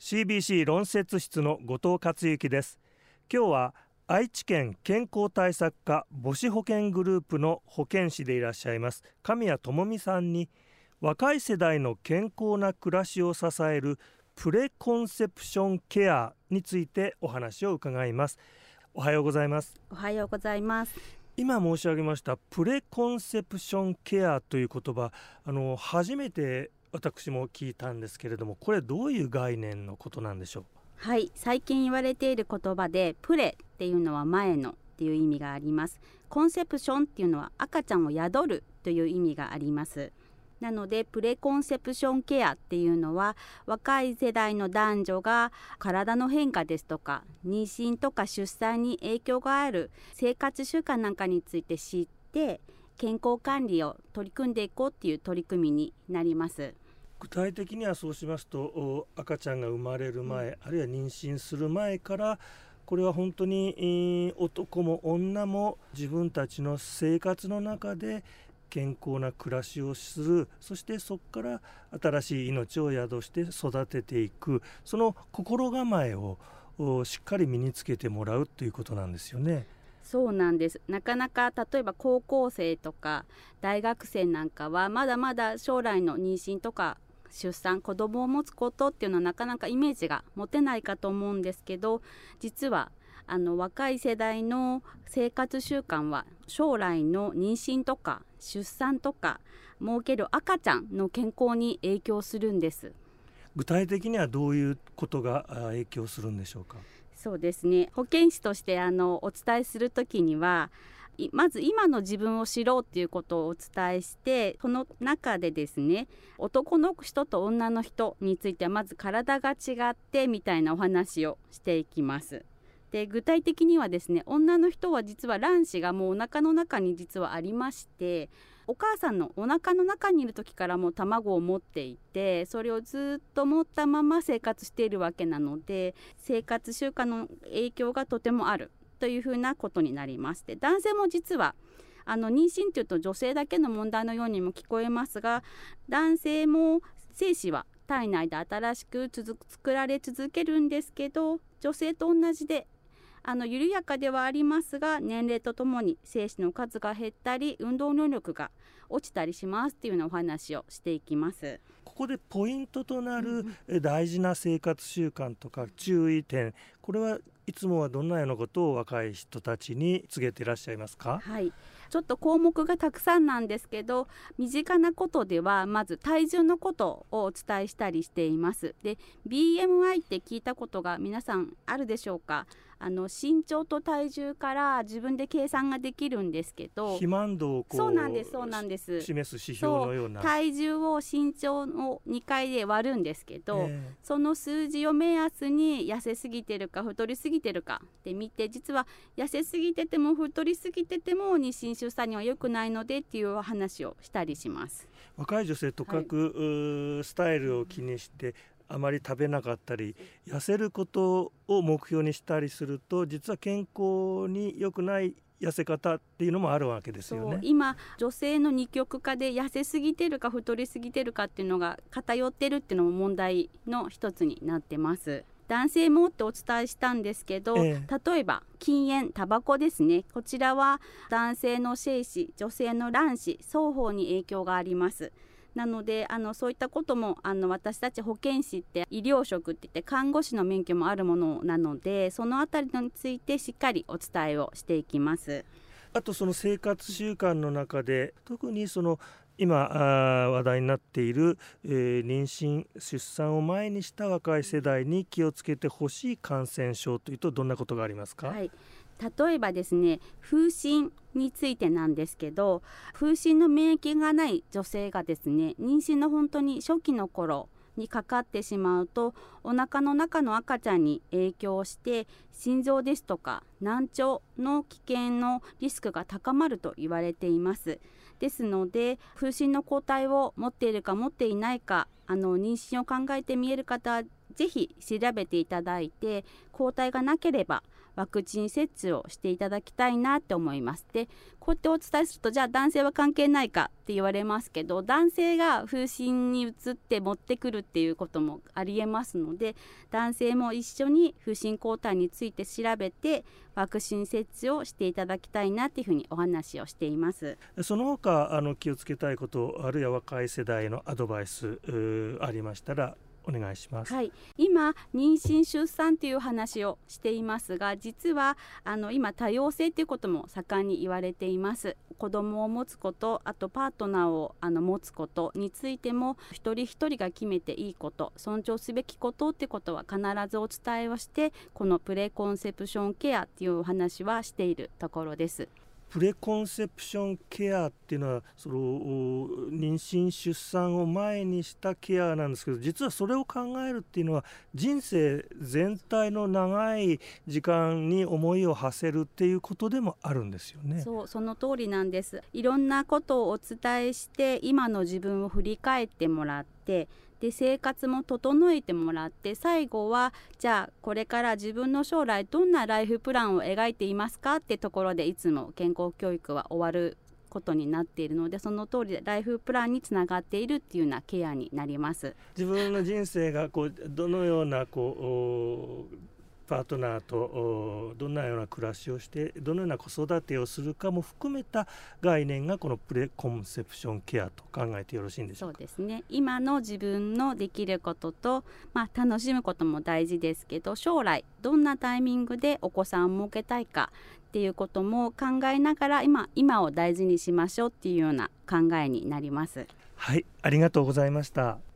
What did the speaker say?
CBC 論説室の後藤克之です。今日は愛知県健康対策課母子保健グループの保健師でいらっしゃいます神谷智美さんに、若い世代の健康な暮らしを支えるプレコンセプションケアについてお話を伺います。おはようございます。 おはようございます。 今申し上げましたプレコンセプションケアという言葉、初めて私も聞いたんですけれども、これどういう概念のことなんでしょう。 はい、最近言われている言葉で、プレっていうのは前のっていう意味があります。コンセプションっていうのは赤ちゃんを宿るという意味があります。なのでプレコンセプションケアっていうのは、若い世代の男女が体の変化ですとか妊娠とか出産に影響がある生活習慣なんかについて知って、健康管理を取り組んでいこうっていう取り組みになります。 具体的にはそうしますと、赤ちゃんが生まれる前、あるいは妊娠する前から、これは本当に男も女も自分たちの生活の中で健康な暮らしをする、そしてそこから新しい命を宿して育てていく、その心構えをしっかり身につけてもらうということなんですよね。 そうなんです。なかなか例えば高校生とか大学生なんかはまだまだ将来の妊娠とか出産、子供を持つことっていうのはなかなかイメージが持てないかと思うんですけど、実は若い世代の生活習慣は将来の妊娠とか出産とか設ける赤ちゃんの健康に影響するんです。 具体的にはどういうことが影響するんでしょうか。 そうですね、保健師としてお伝えするときには、まず今の自分を知ろうっていうことをお伝えして、その中でですね、男の人と女の人についてはまず体が違ってみたいなお話をしていきます。で、具体的にはですね、女の人は実は卵子がもうお腹の中に実はありまして、お母さんのお腹の中にいる時からもう卵を持っていて、それをずっと持ったまま生活しているわけなので、生活習慣の影響がとてもあるというふうなことになります。で、男性も実は妊娠というと女性だけの問題のようにも聞こえますが、男性も精子は体内で新しく作られ続けるんですけど、女性と同じで緩やかではありますが、年齢とともに精子の数が減ったり運動能力が落ちたりしますっていうようなお話をしていきます。 ここでポイントとなる大事な生活習慣とか注意点、これはいつもはどんなようなことを若い人たちに告げていらっしゃいますか。 はい、ちょっと項目がたくさんなんですけど、身近なことではまず体重のことをお伝えしたりしています。で、 BMI って聞いたことが皆さんあるでしょうか。身長と体重から自分で計算ができるんですけど、 肥満度をそうなんです示す指標のような、 体重を身長を2回で割るんですけど、その数字を目安に痩せすぎてるか太りすぎてるかって見て、実は痩せすぎてても太りすぎてても妊娠出産には良くないのでっていうお話をしたりします。 若い女性とかく、スタイルを気にしてあまり食べなかったり痩せることを目標にしたりすると、実は健康に良くない痩せ方っていうのもあるわけですよね。 今女性の二極化で痩せすぎてるか太りすぎてるかっていうのが偏ってるっていうのも問題の一つになってます。男性もってお伝えしたんですけど、例えば禁煙、タバコですね。こちらは男性の精子、女性の卵子双方に影響があります。なのでそういったことも私たち保健師って医療職って言って看護師の免許もあるものなので、そのあたりについてしっかりお伝えをしていきます。 あとその生活習慣の中で特に今話題になっている、妊娠出産を前にした若い世代に気をつけてほしい感染症というとどんなことがありますか。 はい、例えばですね、風疹についてなんですけど、風疹の免疫がない女性がですね、妊娠の本当に初期の頃にかかってしまうと、お腹の中の赤ちゃんに影響して心臓ですとか難聴の危険のリスクが高まると言われています。ですので、風疹の抗体を持っているか持っていないか、妊娠を考えてみえる方はぜひ調べていただいて、抗体がなければワクチン接種をしていただきたいなって思います。でこうやってお伝えすると、じゃあ男性は関係ないかって言われますけど、男性が風疹に移って持ってくるっていうこともありえますので、男性も一緒に風疹抗体について調べてワクチン接種をしていただきたいなっていうふうにお話をしています。 その他気をつけたいこと、あるいは若い世代のアドバイスありましたらお願いします。 はい、今妊娠出産という話をしていますが、実は今多様性ということも盛んに言われています。子供を持つこと、あとパートナーを持つことについても、一人一人が決めていいこと、尊重すべきことってことは必ずお伝えをして、このプレコンセプションケアっていうお話はしているところです。 プレコンセプションケアっていうのは妊娠出産を前にしたケアなんですけど、実はそれを考えるっていうのは人生全体の長い時間に思いを馳せるっていうことでもあるんですよね。 その通りなんです。いろんなことをお伝えして今の自分を振り返ってもらって、で生活も整えてもらって、最後はじゃあこれから自分の将来どんなライフプランを描いていますかってところで、いつも健康教育は終わることになっているので、その通りでライフプランにつながっているっていうようなケアになります。 自分の人生がどのようなパートナーとどんなような暮らしをして、どのような子育てをするかも含めた概念がこのプレコンセプションケアと考えてよろしいんでしょうか。 そうですね。今の自分のできることと、楽しむことも大事ですけど、将来どんなタイミングでお子さんを設けたいかっていうことも考えながら、今を大事にしましょうっていうような考えになります。 はい、ありがとうございました。